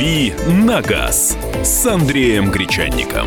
«Дави на газ» с Андреем Гречанником.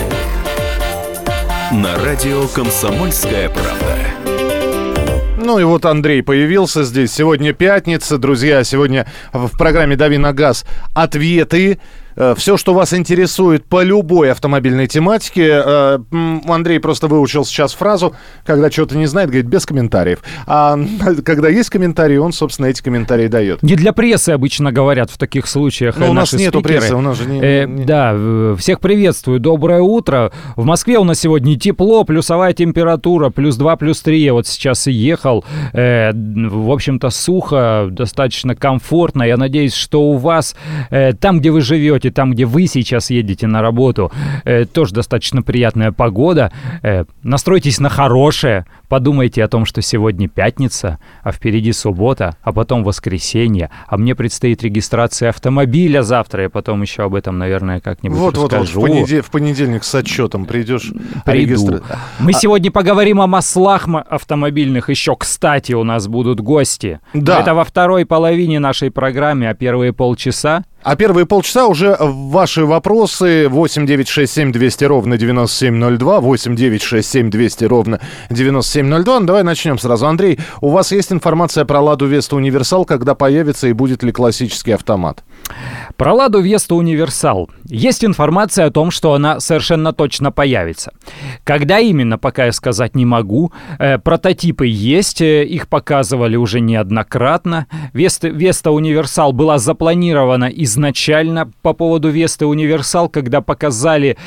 На радио «Комсомольская правда». Ну и вот Андрей появился здесь. Сегодня пятница, друзья. Сегодня в программе «Дави на газ» ответы. Все, что вас интересует по любой автомобильной тематике. Андрей просто выучил сейчас фразу, когда что-то не знает, говорит, без комментариев. А когда есть комментарии, он, собственно, эти комментарии дает. Не для прессы обычно говорят в таких случаях. Но у нас нету прессы, у нас же Да, всех приветствую, доброе утро. В Москве у нас сегодня тепло, плюсовая температура, +2, +3. Я вот сейчас и ехал. В общем-то, сухо, достаточно комфортно. Я надеюсь, что у вас, там, где вы живете, там, где вы сейчас едете на работу, тоже достаточно приятная погода. Настройтесь на хорошее, подумайте о том, что сегодня пятница, а впереди суббота, а потом воскресенье, а мне предстоит регистрация автомобиля завтра, я потом еще об этом, наверное, как-нибудь расскажу. В понедельник с отчетом придешь. Приду. Мы сегодня поговорим о маслах автомобильных. Еще, кстати, у нас будут гости. Да. Это во второй половине нашей программы, а первые полчаса. А первые полчаса уже ваши вопросы. 8 967 200 ровно 9702. 8 967 200 ровно 9702. Ну, давай начнем сразу. Андрей, у вас есть информация про Ладу Весту Универсал, когда появится и будет ли классический автомат? Про Ладу Весту Универсал. Есть информация о том, что она совершенно точно появится. Когда именно, пока я сказать не могу. Прототипы есть, их показывали уже неоднократно. Веста Универсал была запланирована изначально по поводу Весты Универсал, когда показали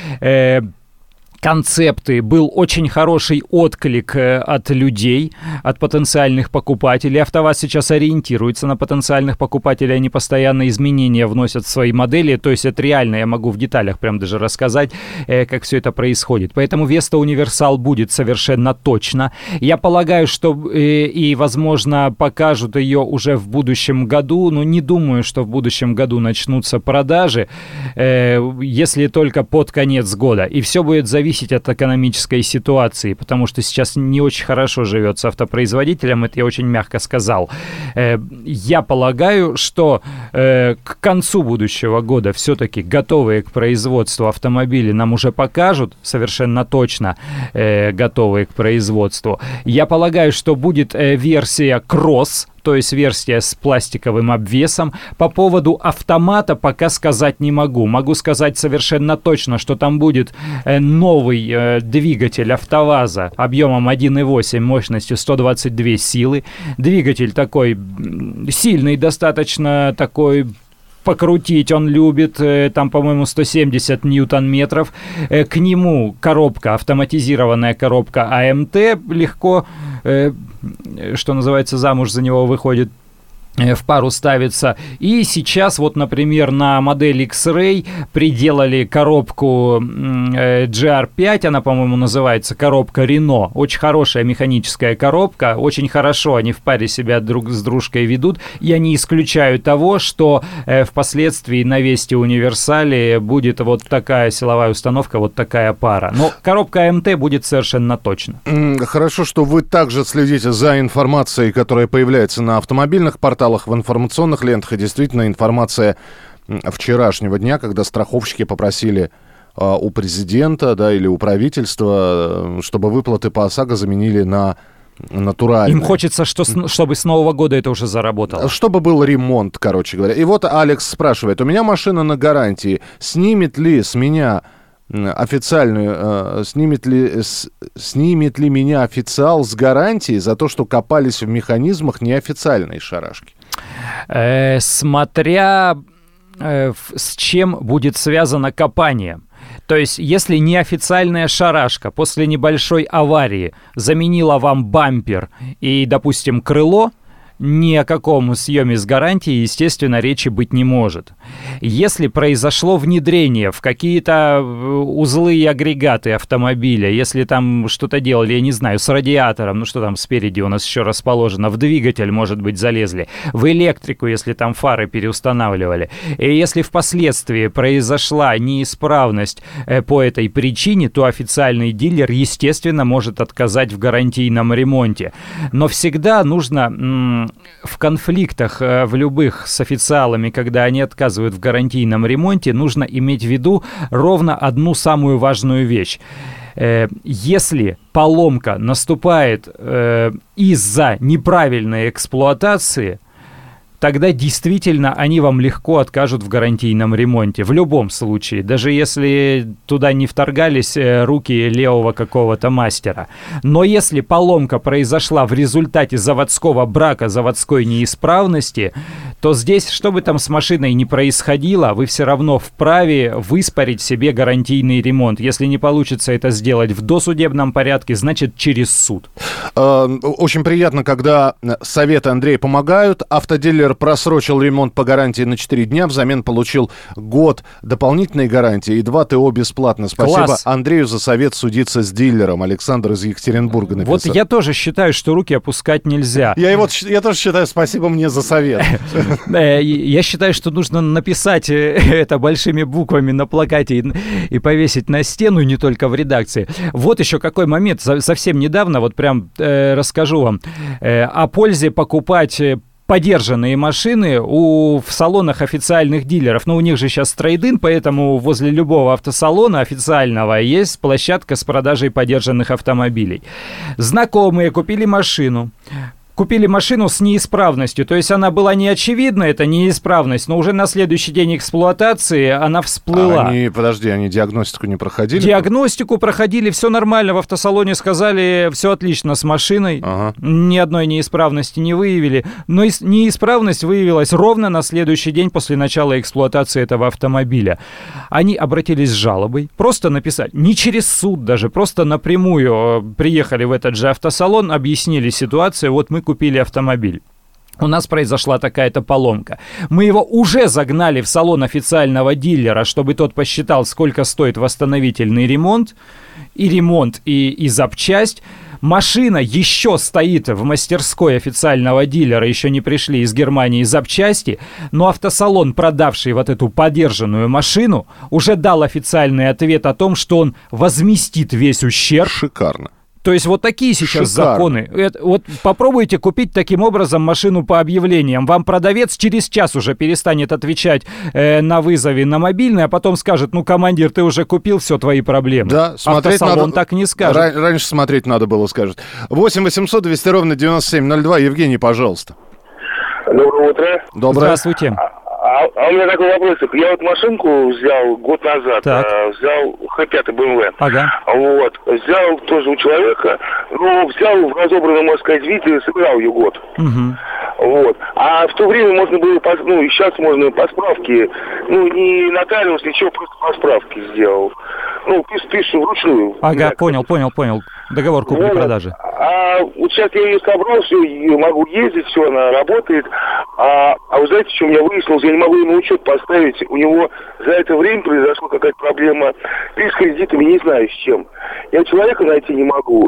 концепты, был очень хороший отклик от людей, от потенциальных покупателей. АвтоВАЗ сейчас ориентируется на потенциальных покупателей, они постоянно изменения вносят в свои модели, то есть это реально, я могу в деталях прям даже рассказать, как все это происходит. Поэтому Веста Универсал будет совершенно точно. Я полагаю, что и, возможно, покажут ее уже в будущем году, но не думаю, что в будущем году начнутся продажи, если только под конец года. И все будет зависеть от экономической ситуации, потому что сейчас не очень хорошо живется автопроизводителям, это я очень мягко сказал. Я полагаю, что к концу будущего года все-таки готовые к производству автомобили нам уже покажут, совершенно точно готовые к производству. Я полагаю, что будет версия Cross, то есть версия с пластиковым обвесом. По поводу автомата пока сказать не могу. Могу сказать совершенно точно, что там будет новый двигатель АвтоВАЗа объемом 1.8, мощностью 122 силы. Двигатель такой сильный, достаточно такой... Покрутить он любит, там, по-моему, 170 ньютон-метров. К нему коробка, автоматизированная коробка АМТ, легко, что называется, замуж за него выходит, в пару ставится. И сейчас вот, например, на модели X-Ray приделали коробку GR5, она, по-моему, называется коробка Renault. Очень хорошая механическая коробка, очень хорошо они в паре себя друг с дружкой ведут. Я не исключаю того, что впоследствии на Весте Универсале будет вот такая силовая установка, вот такая пара. Но коробка АМТ будет совершенно точно. Хорошо, что вы также следите за информацией, которая появляется на автомобильных порталах, в информационных лентах. И действительно информация вчерашнего дня, когда страховщики попросили у президента, да, или у правительства, чтобы выплаты по ОСАГО заменили на натуральные. Им хочется, чтобы с Нового года это уже заработало. Чтобы был ремонт, короче говоря. И вот Алекс спрашивает, у меня машина на гарантии, снимет ли с меня официальную, снимет ли меня официал с гарантией за то, что копались в механизмах неофициальной шарашки? Смотря с чем будет связано копание. То есть, если неофициальная шарашка после небольшой аварии заменила вам бампер и, допустим, крыло, ни о каком съеме с гарантией, естественно, речи быть не может. Если произошло внедрение в какие-то узлы и агрегаты автомобиля, если там что-то делали, я не знаю, с радиатором, ну что там спереди у нас еще расположено, в двигатель, может быть, залезли, в электрику, если там фары переустанавливали, и если впоследствии произошла неисправность по этой причине, то официальный дилер, естественно, может отказать в гарантийном ремонте. Но всегда нужно в конфликтах в любых с официалами, когда они отказывают отказывают в гарантийном ремонте, нужно иметь в виду ровно одну самую важную вещь. Если поломка наступает из-за неправильной эксплуатации, тогда действительно они вам легко откажут в гарантийном ремонте. В любом случае, даже если туда не вторгались руки левого какого-то мастера. Но если поломка произошла в результате заводского брака, заводской неисправности, то здесь, что бы там с машиной ни происходило, вы все равно вправе выспарить себе гарантийный ремонт. Если не получится это сделать в досудебном порядке, значит через суд. Очень приятно, когда советы Андрея помогают. Автодилер просрочил ремонт по гарантии на 4 дня, взамен получил год дополнительной гарантии и 2 ТО бесплатно. Спасибо Класс. Андрею за совет судиться с дилером. Александр из Екатеринбурга написал. Вот я тоже считаю, что руки опускать нельзя. Я тоже считаю, спасибо мне за совет. Я считаю, что нужно написать это большими буквами на плакате и повесить на стену, не только в редакции. Вот еще какой момент. Совсем недавно, вот прям расскажу вам о пользе покупать подержанные машины в салонах официальных дилеров. Но у них же сейчас трейд-ин, поэтому возле любого автосалона официального есть площадка с продажей подержанных автомобилей. Знакомые купили машину. Купили машину с неисправностью, то есть она была неочевидна, это неисправность, но уже на следующий день эксплуатации она всплыла. Они диагностику не проходили? Диагностику проходили, все нормально, в автосалоне сказали, все отлично с машиной, ни одной неисправности не выявили, но неисправность выявилась ровно на следующий день после начала эксплуатации этого автомобиля. Они обратились с жалобой, просто написать, не через суд даже, просто напрямую приехали в этот же автосалон, объяснили ситуацию, вот мы купили автомобиль. У нас произошла такая-то поломка. Мы его уже загнали в салон официального дилера, чтобы тот посчитал, сколько стоит восстановительный ремонт, и запчасть. Машина еще стоит в мастерской официального дилера, еще не пришли из Германии запчасти, но автосалон, продавший вот эту подержанную машину, уже дал официальный ответ о том, что он возместит весь ущерб. Шикарно. То есть вот такие сейчас законы. Вот попробуйте купить таким образом машину по объявлениям. Вам продавец через час уже перестанет отвечать на вызове на мобильный, а потом скажет, ну, командир, ты уже купил, все твои проблемы. Да, смотреть автосалон надо, так не скажет. Раньше смотреть надо было, скажет. 8 800 200 ровно 9702. Евгений, пожалуйста. Доброе утро. Доброе. Здравствуйте. А у меня такой вопросик. Я вот машинку взял год назад, взял Х5 BMW. Ага. Вот. Взял тоже у человека, взял в разобранном, можно сказать, виде, сыграл ее год. Угу. Вот. А в то время можно было, и сейчас можно по справке, не нотариус, ничего, просто по справке сделал. Пишу вручную. Ага, понял. Договор купли-продажи. А вот сейчас я ее собрал, все, могу ездить, все, она работает. А вы знаете, что у меня выяснилось? Я не могу ему учет поставить. У него за это время произошла какая-то проблема с кредитами, не знаю с чем. Я человека найти не могу.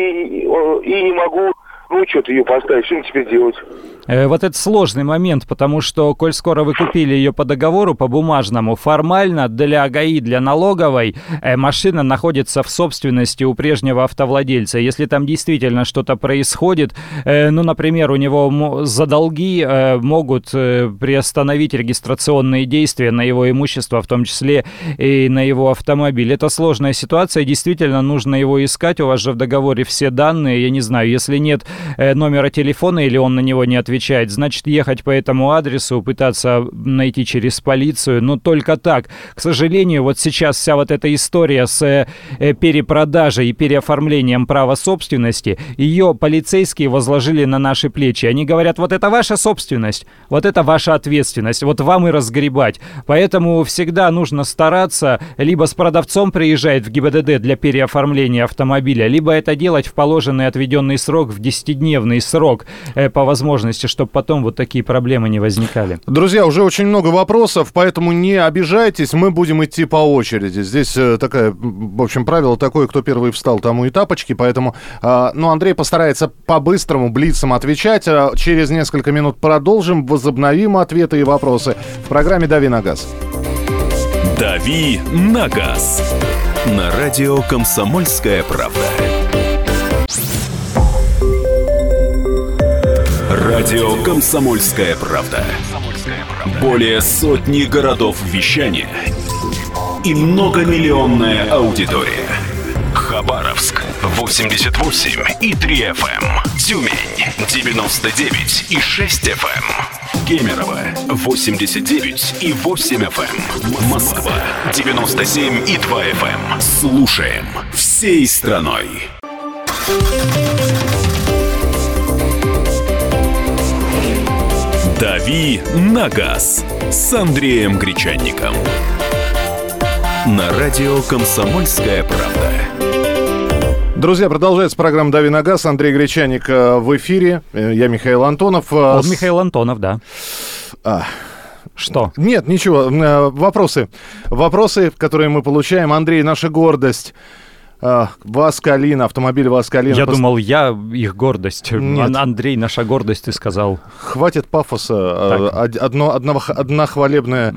И не могу учет ее поставить. Что мне теперь делать? Вот это сложный момент, потому что, коль скоро вы купили ее по договору, по бумажному, формально для ГАИ, для налоговой, машина находится в собственности у прежнего автовладельца. Если там действительно что-то происходит, например, у него за долги могут приостановить регистрационные действия на его имущество, в том числе и на его автомобиль. Это сложная ситуация, действительно нужно его искать, у вас же в договоре все данные, я не знаю, если нет номера телефона или он на него не отвечает, значит, ехать по этому адресу, пытаться найти через полицию, но только так. К сожалению, вот сейчас вся вот эта история с перепродажей и переоформлением права собственности, ее полицейские возложили на наши плечи. Они говорят, вот это ваша собственность, вот это ваша ответственность, вот вам и разгребать. Поэтому всегда нужно стараться либо с продавцом приезжать в ГИБДД для переоформления автомобиля, либо это делать в положенный отведенный срок, в 10-дневный срок, по возможности, чтобы потом вот такие проблемы не возникали. Друзья, уже очень много вопросов, поэтому не обижайтесь, мы будем идти по очереди. Здесь такая, в общем, правило такое, кто первый встал, тому и тапочки, поэтому, Андрей постарается по-быстрому, блицам отвечать. Через несколько минут продолжим, возобновим ответы и вопросы в программе «Дави на газ». «Дави на газ» на радио «Комсомольская правда». Радио «Комсомольская правда». Более сотни городов вещания и многомиллионная аудитория. Хабаровск 88,3 FM, Тюмень 99,6 FM, Кемерово 89,8 FM, Москва 97,2 FM. Слушаем всей страной. «Дави на газ» с Андреем Гречанником. На радио «Комсомольская правда». Друзья, продолжается программа «Дави на газ». Андрей Гречанник в эфире. Я Михаил Антонов. Он Михаил Антонов, да. Что? Нет, ничего. Вопросы, которые мы получаем. Андрей, наша гордость. ВАЗ-Калина, автомобиль ВАЗ-Калина. Я думал, я их гордость. Нет. Андрей, наша гордость, ты сказал. Хватит пафоса. Одна хвалебная...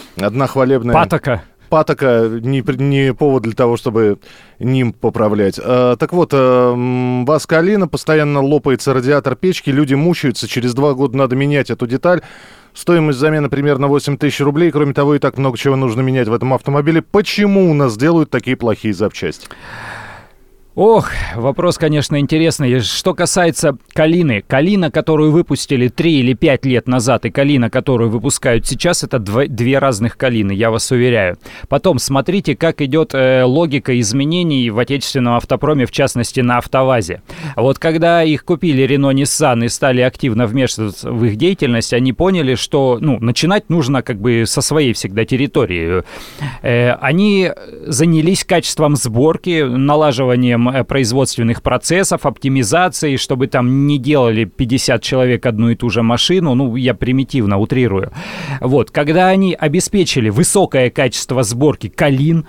Патока не повод для того, чтобы ним поправлять. Так вот, ВАЗ-Калина, постоянно лопается радиатор печки, люди мучаются, через 2 года надо менять эту деталь. Стоимость замены примерно 8 тысяч рублей. Кроме того, и так много чего нужно менять в этом автомобиле. Почему у нас делают такие плохие запчасти? Ох, вопрос, конечно, интересный. Что касается Калины. Калина, которую выпустили 3 или 5 лет назад, и Калина, которую выпускают сейчас, это две разных Калины, я вас уверяю. Потом смотрите, как идет логика изменений в отечественном автопроме, в частности, на АвтоВАЗе. Вот когда их купили Renault, Nissan и стали активно вмешиваться в их деятельность, они поняли, что начинать нужно как бы со своей всегда территории. Они занялись качеством сборки, налаживанием производственных процессов, оптимизацией, чтобы там не делали 50 человек одну и ту же машину, я примитивно утрирую. Вот, когда они обеспечили высокое качество сборки Калин,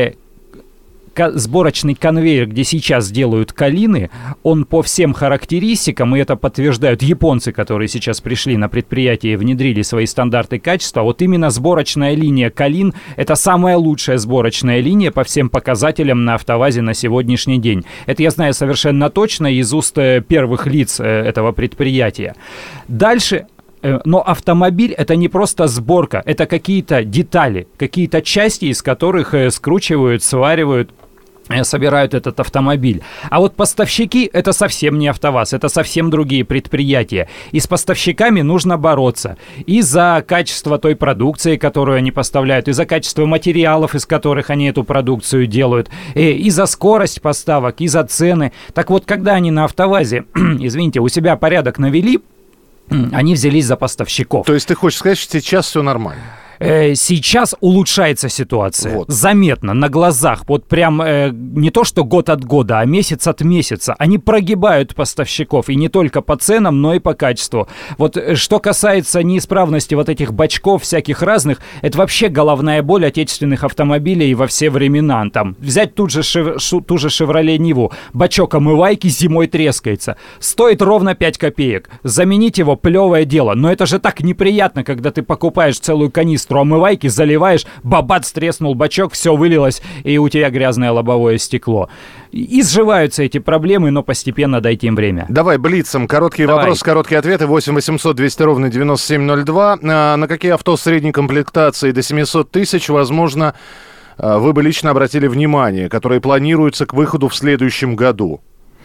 сборочный конвейер, где сейчас делают Калины, он по всем характеристикам, и это подтверждают японцы, которые сейчас пришли на предприятие и внедрили свои стандарты качества, вот именно сборочная линия Калин — это самая лучшая сборочная линия по всем показателям на АвтоВАЗе на сегодняшний день. Это я знаю совершенно точно из уст первых лиц этого предприятия. Дальше... Но автомобиль — это не просто сборка, это какие-то детали, какие-то части, из которых скручивают, сваривают, собирают этот автомобиль. А вот поставщики — это совсем не АвтоВАЗ, это совсем другие предприятия. И с поставщиками нужно бороться. И за качество той продукции, которую они поставляют, и за качество материалов, из которых они эту продукцию делают, и за скорость поставок, и за цены. Так вот, когда они на АвтоВАЗе, извините, у себя порядок навели, они взялись за поставщиков. То есть ты хочешь сказать, что сейчас все нормально? Сейчас улучшается ситуация. Вот. Заметно, на глазах. Вот прям не то, что год от года, а месяц от месяца. Они прогибают поставщиков. И не только по ценам, но и по качеству. Вот что касается неисправности вот этих бачков всяких разных, это вообще головная боль отечественных автомобилей во все времена. Там взять ту же Chevrolet Ниву. Бачок омывайки зимой трескается. Стоит ровно 5 копеек. Заменить его — плевое дело. Но это же так неприятно, когда ты покупаешь целую канистру омывайки, заливаешь, бабац, треснул бачок, все вылилось, и у тебя грязное лобовое стекло. Изживаются эти проблемы, но постепенно дайте им время. Давай блицом. Короткие вопросы, короткие ответы. 8 800 200 ровно 9702. На какие авто средней комплектации до 700 тысяч, возможно, вы бы лично обратили внимание, которые планируются к выходу в следующем году?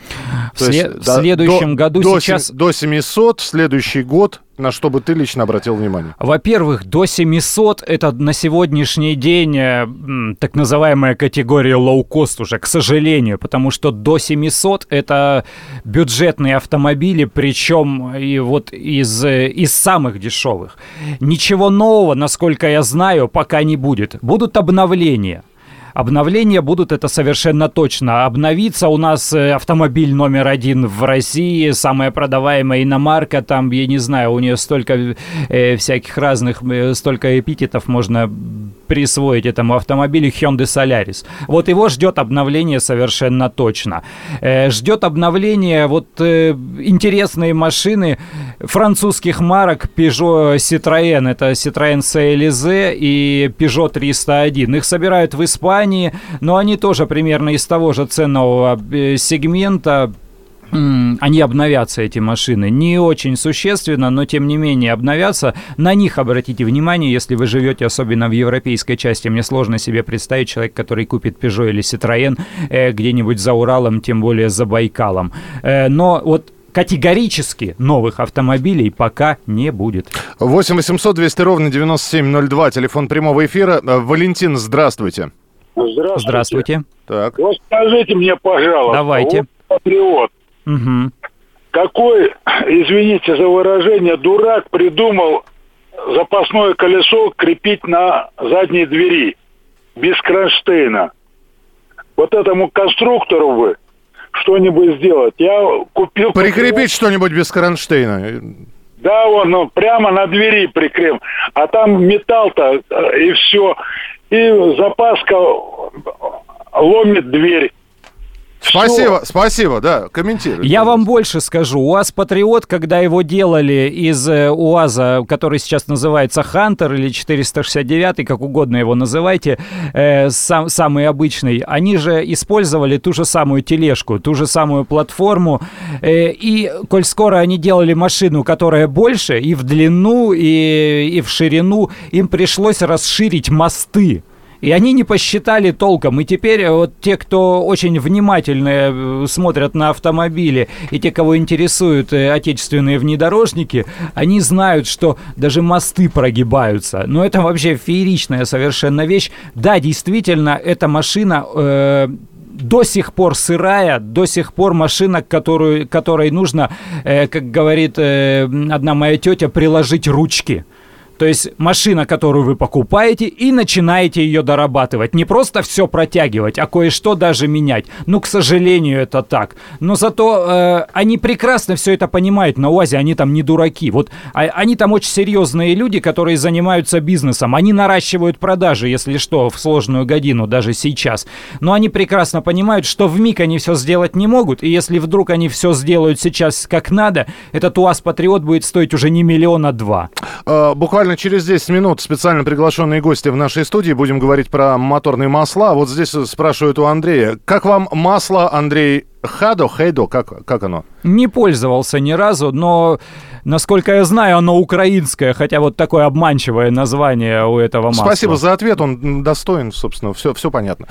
В следующем году сейчас... До 700, в следующий год, на что бы ты лично обратил внимание? Во-первых, до 700 это на сегодняшний день так называемая категория low-cost уже, к сожалению, потому что до 700 это бюджетные автомобили, причем и вот из самых дешевых. Ничего нового, насколько я знаю, пока не будет. Будут обновления. Обновления будут, это совершенно точно. Обновится у нас автомобиль номер 1 в России, самая продаваемая иномарка, там, я не знаю, у нее столько всяких разных, столько эпитетов можно присвоить этому автомобилю, Hyundai Solaris. Вот его ждет обновление совершенно точно. Ждет обновление вот интересные машины французских марок Peugeot Citroën. Это Citroën CLZ и Peugeot 301. Их собирают в Испании, но они тоже примерно из того же ценового сегмента. они обновятся, эти машины. Не очень существенно, но тем не менее обновятся. На них обратите внимание, если вы живете особенно в европейской части. Мне сложно себе представить человека, который купит Peugeot или Citroën где-нибудь за Уралом, тем более за Байкалом. Но вот категорически новых автомобилей пока не будет. 8 800 200 ровно 9702, телефон прямого эфира. Валентин, здравствуйте. Здравствуйте. Так. Вот скажите мне, пожалуйста, Давайте. вот патриот, Угу. какой, извините за выражение, дурак придумал запасное колесо крепить на задней двери без кронштейна? Вот этому конструктору бы что-нибудь сделать. Я купил... Прикрепить что-нибудь без кронштейна. Да, он прямо на двери прикреп. А там металл-то и все. И запаска ломит дверь. Спасибо, да, комментируйте. Я вам больше скажу. УАЗ Патриот, когда его делали из УАЗа, который сейчас называется Хантер или 469, как угодно его называйте, самый обычный, они же использовали ту же самую тележку, ту же самую платформу. И, коль скоро они делали машину, которая больше и в длину, и в ширину, им пришлось расширить мосты. И они не посчитали толком. И теперь вот те, кто очень внимательно смотрят на автомобили, и те, кого интересуют отечественные внедорожники, они знают, что даже мосты прогибаются. Но это вообще фееричная совершенно вещь. Да, действительно, эта машина... до сих пор сырая, до сих пор машина, которой нужно, как говорит одна моя тетя, приложить ручки. То есть машина, которую вы покупаете, и начинаете ее дорабатывать. Не просто все протягивать, а кое-что даже менять. Ну, к сожалению, это так. Но зато они прекрасно все это понимают. На УАЗе они там не дураки. Вот они там очень серьезные люди, которые занимаются бизнесом. Они наращивают продажи, если что, в сложную годину, даже сейчас. Но они прекрасно понимают, что вмиг они все сделать не могут. И если вдруг они все сделают сейчас как надо, этот УАЗ Патриот будет стоить уже не 1 200 000. Буквально через 10 минут специально приглашенные гости в нашей студии. Будем говорить про моторные масла. Вот здесь спрашивают у Андрея. Как вам масло, Андрей, Хейдо? Как оно? Не пользовался ни разу, но, насколько я знаю, оно украинское. Хотя вот такое обманчивое название у этого масла. Спасибо за ответ. Он достоин, собственно. Все понятно.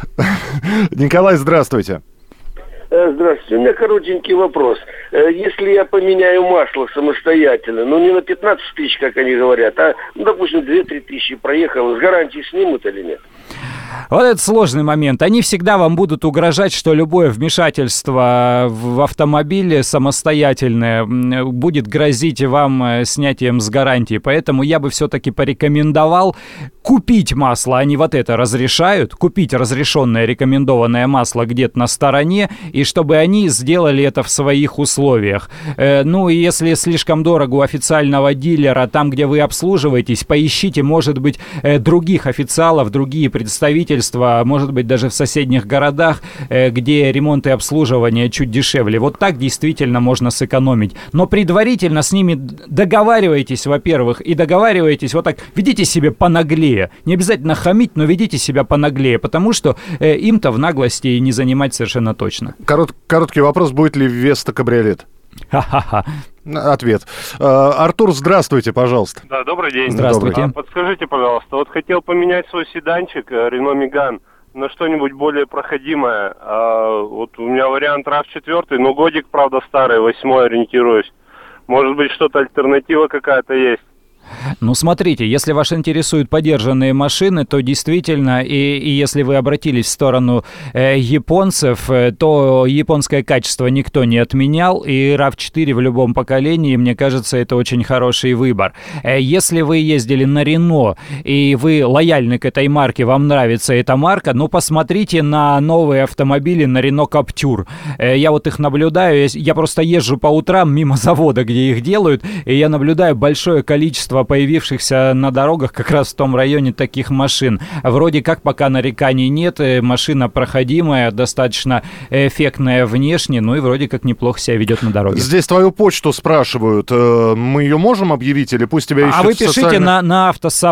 Николай, здравствуйте. Здравствуйте. У меня коротенький вопрос. Если я поменяю масло самостоятельно, ну не на 15 тысяч, как они говорят, а, ну, допустим, 2-3 тысячи проехал, с гарантией снимут или нет? Вот это сложный момент. Они всегда вам будут угрожать, что любое вмешательство в автомобиле самостоятельное будет грозить вам снятием с гарантии. Поэтому я бы все-таки порекомендовал купить масло. Они вот это разрешают. Купить разрешенное рекомендованное масло где-то на стороне. И чтобы они сделали это в своих условиях. Ну и если слишком дорого у официального дилера, там, где вы обслуживаетесь, поищите, может быть, других официалов, другие представительства, может быть, даже в соседних городах, где ремонт и обслуживание чуть дешевле. Вот так действительно можно сэкономить. Но предварительно с ними договаривайтесь, во-первых, и договаривайтесь вот так, ведите себя понаглее. Не обязательно хамить, но ведите себя понаглее, потому что им-то в наглости не занимать совершенно точно. Короткий вопрос, будет ли Веста кабриолет? Ха-ха-ха. Ответ. Артур, здравствуйте, пожалуйста. Да, добрый день. Здравствуйте. Подскажите, пожалуйста, вот хотел поменять свой седанчик Renault Megane на что-нибудь более проходимое. Вот у меня вариант RAV4, но годик, правда, старый, 8-й ориентируюсь. Может быть, что-то альтернатива какая-то есть? Ну, смотрите, если вас интересуют подержанные машины, то действительно, и если вы обратились в сторону японцев, то японское качество никто не отменял, и RAV4 в любом поколении, мне кажется, это очень хороший выбор. Если вы ездили на Renault, и вы лояльны к этой марке, вам нравится эта марка, ну, посмотрите на новые автомобили на Renault Captur. Я вот их наблюдаю, я просто езжу по утрам мимо завода, где их делают, и я наблюдаю большое количество появившихся на дорогах как раз в том районе таких машин. Вроде как пока нареканий нет, машина проходимая, достаточно эффектная внешне, ну и вроде как неплохо себя ведет на дороге. Здесь твою почту спрашивают, мы ее можем объявить или пусть тебя ищут? А вы пишите на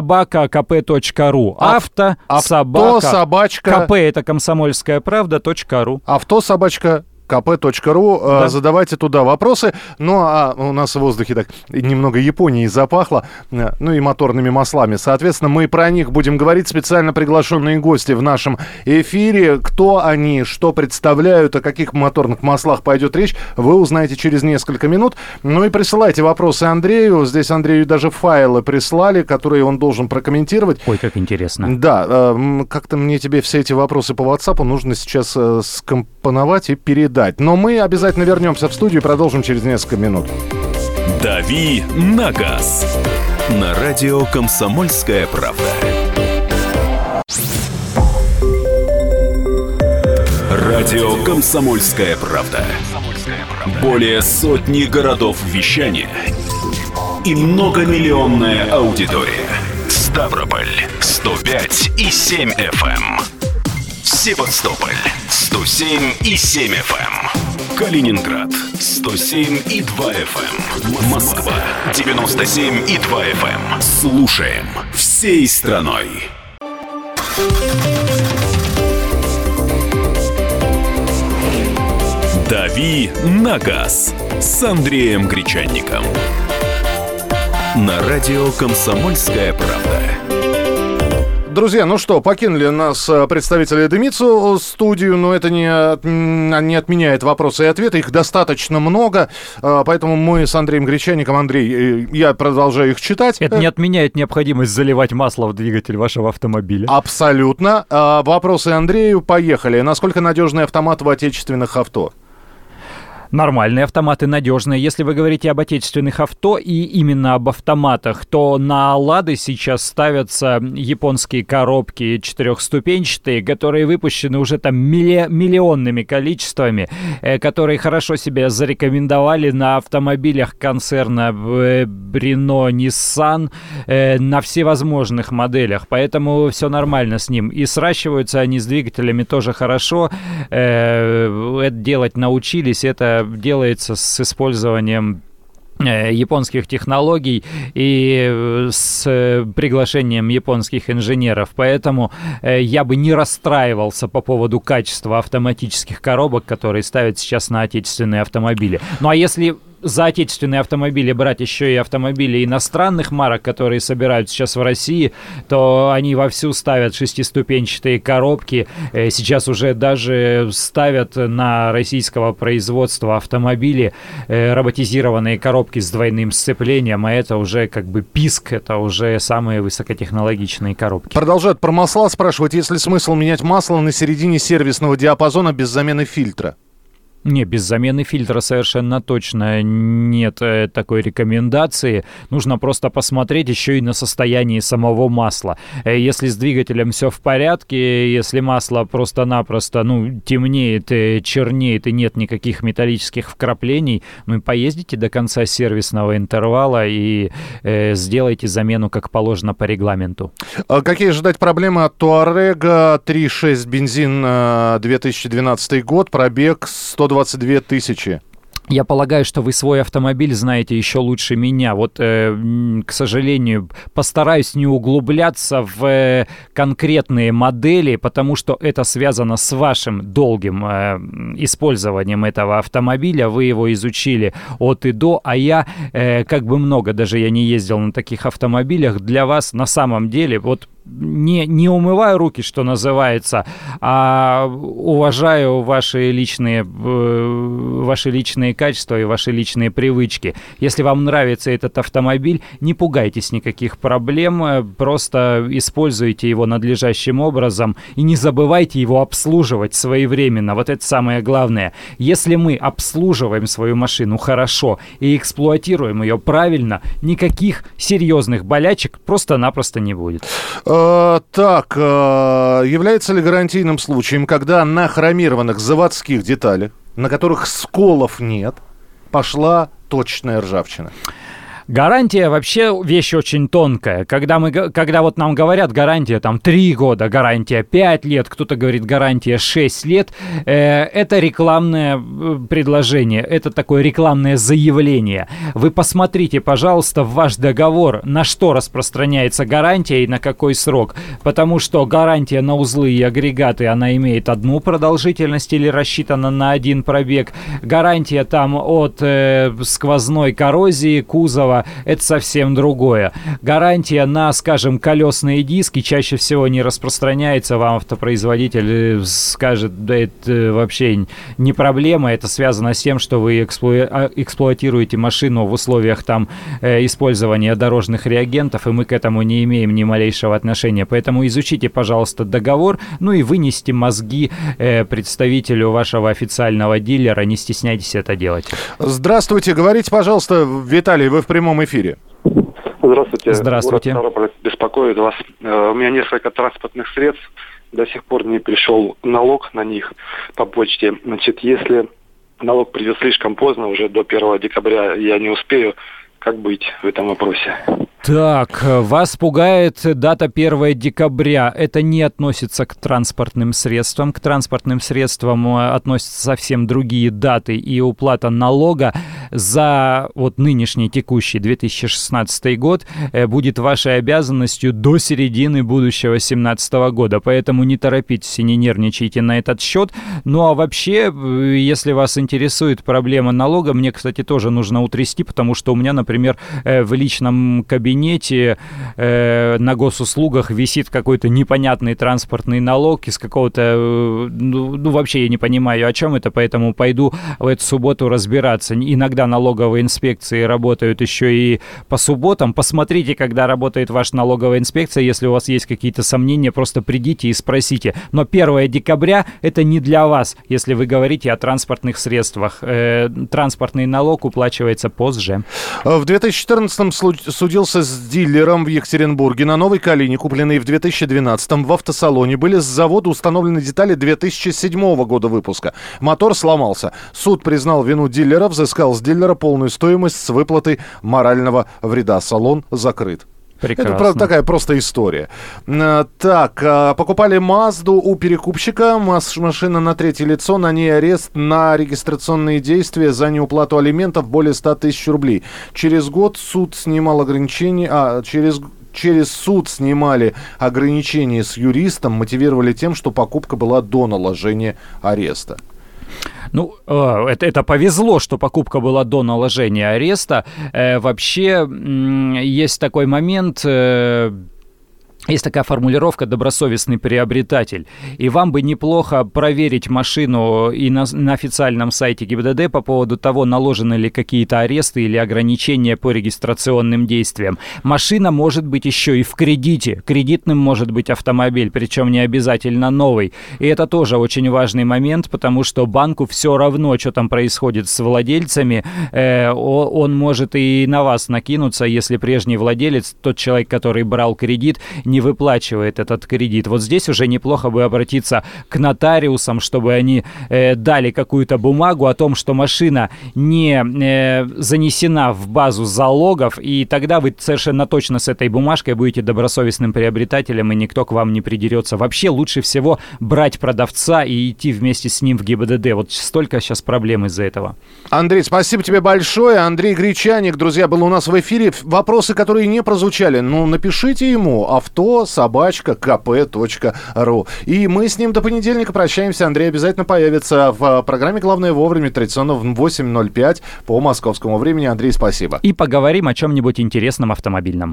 автособака.kp.ru. Автособака. КП это комсомольская правда.ру. Автособачка kp.ru. Задавайте туда вопросы. Ну, а у нас в воздухе так немного Японии запахло, ну и моторными маслами. Соответственно, мы про них будем говорить. Специально приглашенные гости в нашем эфире. Кто они, что представляют, о каких моторных маслах пойдет речь, вы узнаете через несколько минут. Ну и присылайте вопросы Андрею. Здесь Андрею даже файлы прислали, которые он должен прокомментировать. Ой, как интересно. Да, как-то мне тебе все эти вопросы по WhatsApp нужно сейчас скомпоновать и передать. Но мы обязательно вернемся в студию и продолжим через несколько минут. «Дави на газ» на радио «Комсомольская правда». Радио «Комсомольская правда». Более сотни городов вещания и многомиллионная аудитория. Ставрополь 105 и 7 FM. Севастополь 107 и 7 FM. Калининград 107 и 2 FM. Москва 97 и 2 FM. Слушаем всей страной. «Дави на газ» с Андреем Гречанником. На радио «Комсомольская правда». Друзья, ну что, покинули нас представители Демицу студию, но это не отменяет вопросы и ответы, их достаточно много, поэтому мы с Андреем Гречанником, Андрей, я продолжаю их читать. Это не отменяет необходимость заливать масло в двигатель вашего автомобиля. Абсолютно. Вопросы Андрею, поехали. Насколько надежный автомат в отечественных авто? Нормальные автоматы, надежные. Если вы говорите об отечественных авто и именно об автоматах, то на «Лады» сейчас ставятся японские коробки четырехступенчатые, которые выпущены уже там миллионными количествами, которые хорошо себя зарекомендовали на автомобилях концерна Renault, Nissan, на всевозможных моделях. Поэтому все нормально с ним. И сращиваются они с двигателями тоже хорошо. Это делать научились. Это делается с использованием японских технологий и с приглашением японских инженеров. Поэтому я бы не расстраивался по поводу качества автоматических коробок, которые ставят сейчас на отечественные автомобили. Ну а если за отечественные автомобили брать еще и автомобили иностранных марок, которые собирают сейчас в России, то они вовсю ставят шестиступенчатые коробки. Сейчас уже даже ставят на российского производства автомобили роботизированные коробки с двойным сцеплением, а это уже как бы писк, это уже самые высокотехнологичные коробки. Продолжают про масла спрашивать, есть ли смысл менять масло на середине сервисного диапазона без замены фильтра? Не, без замены фильтра совершенно точно нет такой рекомендации. Нужно просто посмотреть еще и на состояние самого масла. Если с двигателем все в порядке, если масло просто-напросто темнеет, чернеет и нет никаких металлических вкраплений, поездите до конца сервисного интервала и сделайте замену как положено по регламенту. Какие ожидать проблемы от Touareg 3.6 бензин 2012 год, пробег 122 тысячи? Я полагаю, что вы свой автомобиль знаете еще лучше меня. Вот, к сожалению, постараюсь не углубляться в конкретные модели, потому что это связано с вашим долгим использованием этого автомобиля. Вы его изучили от и до, а я, как бы много даже я не ездил на таких автомобилях, для вас на самом деле вот не умываю руки, что называется, а уважаю ваши личные качества и ваши личные привычки. Если вам нравится этот автомобиль, не пугайтесь никаких проблем, просто используйте его надлежащим образом и не забывайте его обслуживать своевременно. Вот это самое главное. Если мы обслуживаем свою машину хорошо и эксплуатируем ее правильно, никаких серьезных болячек просто-напросто не будет. Так, является ли гарантийным случаем, когда на хромированных заводских деталях, на которых сколов нет, пошла точная ржавчина? Гарантия вообще вещь очень тонкая. Когда вот нам говорят гарантия там 3 года, гарантия 5 лет, кто-то говорит гарантия 6 лет, это рекламное предложение, это такое рекламное заявление. Вы посмотрите, пожалуйста, в ваш договор, на что распространяется гарантия и на какой срок. Потому что гарантия на узлы и агрегаты, она имеет одну продолжительность или рассчитана на один пробег. Гарантия там от сквозной коррозии кузова, это совсем другое. Гарантия на, скажем, колесные диски чаще всего не распространяется. Вам автопроизводитель скажет, да это вообще не проблема, это связано с тем, что вы эксплуатируете машину в условиях там использования дорожных реагентов, и мы к этому не имеем ни малейшего отношения. Поэтому изучите, пожалуйста, договор, ну и вынесите мозги представителю вашего официального дилера, не стесняйтесь это делать. Здравствуйте, говорите, пожалуйста, Виталий, вы в прямом эфире. Здравствуйте. Здравствуйте. Город Ставрополь беспокоит вас. У меня несколько транспортных средств, до сих пор не пришел налог на них по почте. Значит, если налог придет слишком поздно, уже до 1 декабря я не успею, как быть в этом вопросе? Так, вас пугает дата 1 декабря. Это не относится к транспортным средствам. К транспортным средствам относятся совсем другие даты, и уплата налога за вот нынешний текущий 2016 год будет вашей обязанностью до середины будущего 2017 года. Поэтому не торопитесь и не нервничайте на этот счет. Ну а вообще, если вас интересует проблема налога, мне, кстати, тоже нужно утрясти, потому что у меня, например, в личном кабинете на госуслугах висит какой-то непонятный транспортный налог из какого-то... Ну, вообще я не понимаю, о чем это, поэтому пойду в эту субботу разбираться. Иногда ноговые инспекции работают еще и по субботам. Посмотрите, когда работает ваша налоговая инспекция. Если у вас есть какие-то сомнения, просто придите и спросите. Но 1 декабря это не для вас, если вы говорите о транспортных средствах. Транспортный налог уплачивается позже. В 2014-м судился с дилером в Екатеринбурге на новой Калине, купленной в 2012-м в автосалоне. Были с завода установлены детали 2007 года выпуска. Мотор сломался. Суд признал вину дилера, взыскал с дилера полную стоимость с выплатой морального вреда. Салон закрыт. Прекрасно. Это такая просто история. Так, покупали Мазду у перекупщика. Машина на третье лицо, на ней арест на регистрационные действия за неуплату алиментов более 100 тысяч рублей. Через год суд снимал ограничения... Через суд снимали ограничения с юристом, мотивировали тем, что покупка была до наложения ареста. Ну, это повезло, что покупка была до наложения ареста. Вообще, есть такой момент... Есть такая формулировка «добросовестный приобретатель». И вам бы неплохо проверить машину и на официальном сайте ГИБДД по поводу того, наложены ли какие-то аресты или ограничения по регистрационным действиям. Машина может быть еще и в кредите. Кредитным может быть автомобиль, причем не обязательно новый. И это тоже очень важный момент, потому что банку все равно, что там происходит с владельцами. Он может и на вас накинуться, если прежний владелец, тот человек, который брал кредит, не выплачивает этот кредит. Вот здесь уже неплохо бы обратиться к нотариусам, чтобы они дали какую-то бумагу о том, что машина не занесена в базу залогов, и тогда вы совершенно точно с этой бумажкой будете добросовестным приобретателем, и никто к вам не придерется. Вообще лучше всего брать продавца и идти вместе с ним в ГИБДД. Вот столько сейчас проблем из-за этого. Андрей, спасибо тебе большое. Андрей Гречаник, друзья, был у нас в эфире. Вопросы, которые не прозвучали, напишите ему авто@kp.ru. И мы с ним до понедельника прощаемся. Андрей обязательно появится в программе «Главное вовремя», традиционно в 8:05 по московскому времени. Андрей, спасибо. И поговорим о чем-нибудь интересном автомобильном.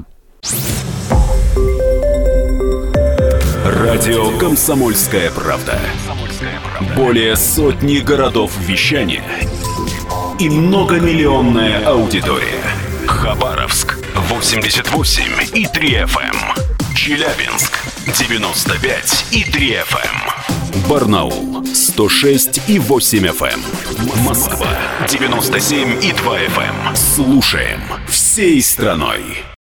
Радио «Комсомольская правда». Более сотни городов вещания и многомиллионная аудитория. Хабаровск 88,3 FM. Челябинск 95,3 FM. Барнаул 106,8 FM. Москва 97,2 FM. Слушаем всей страной.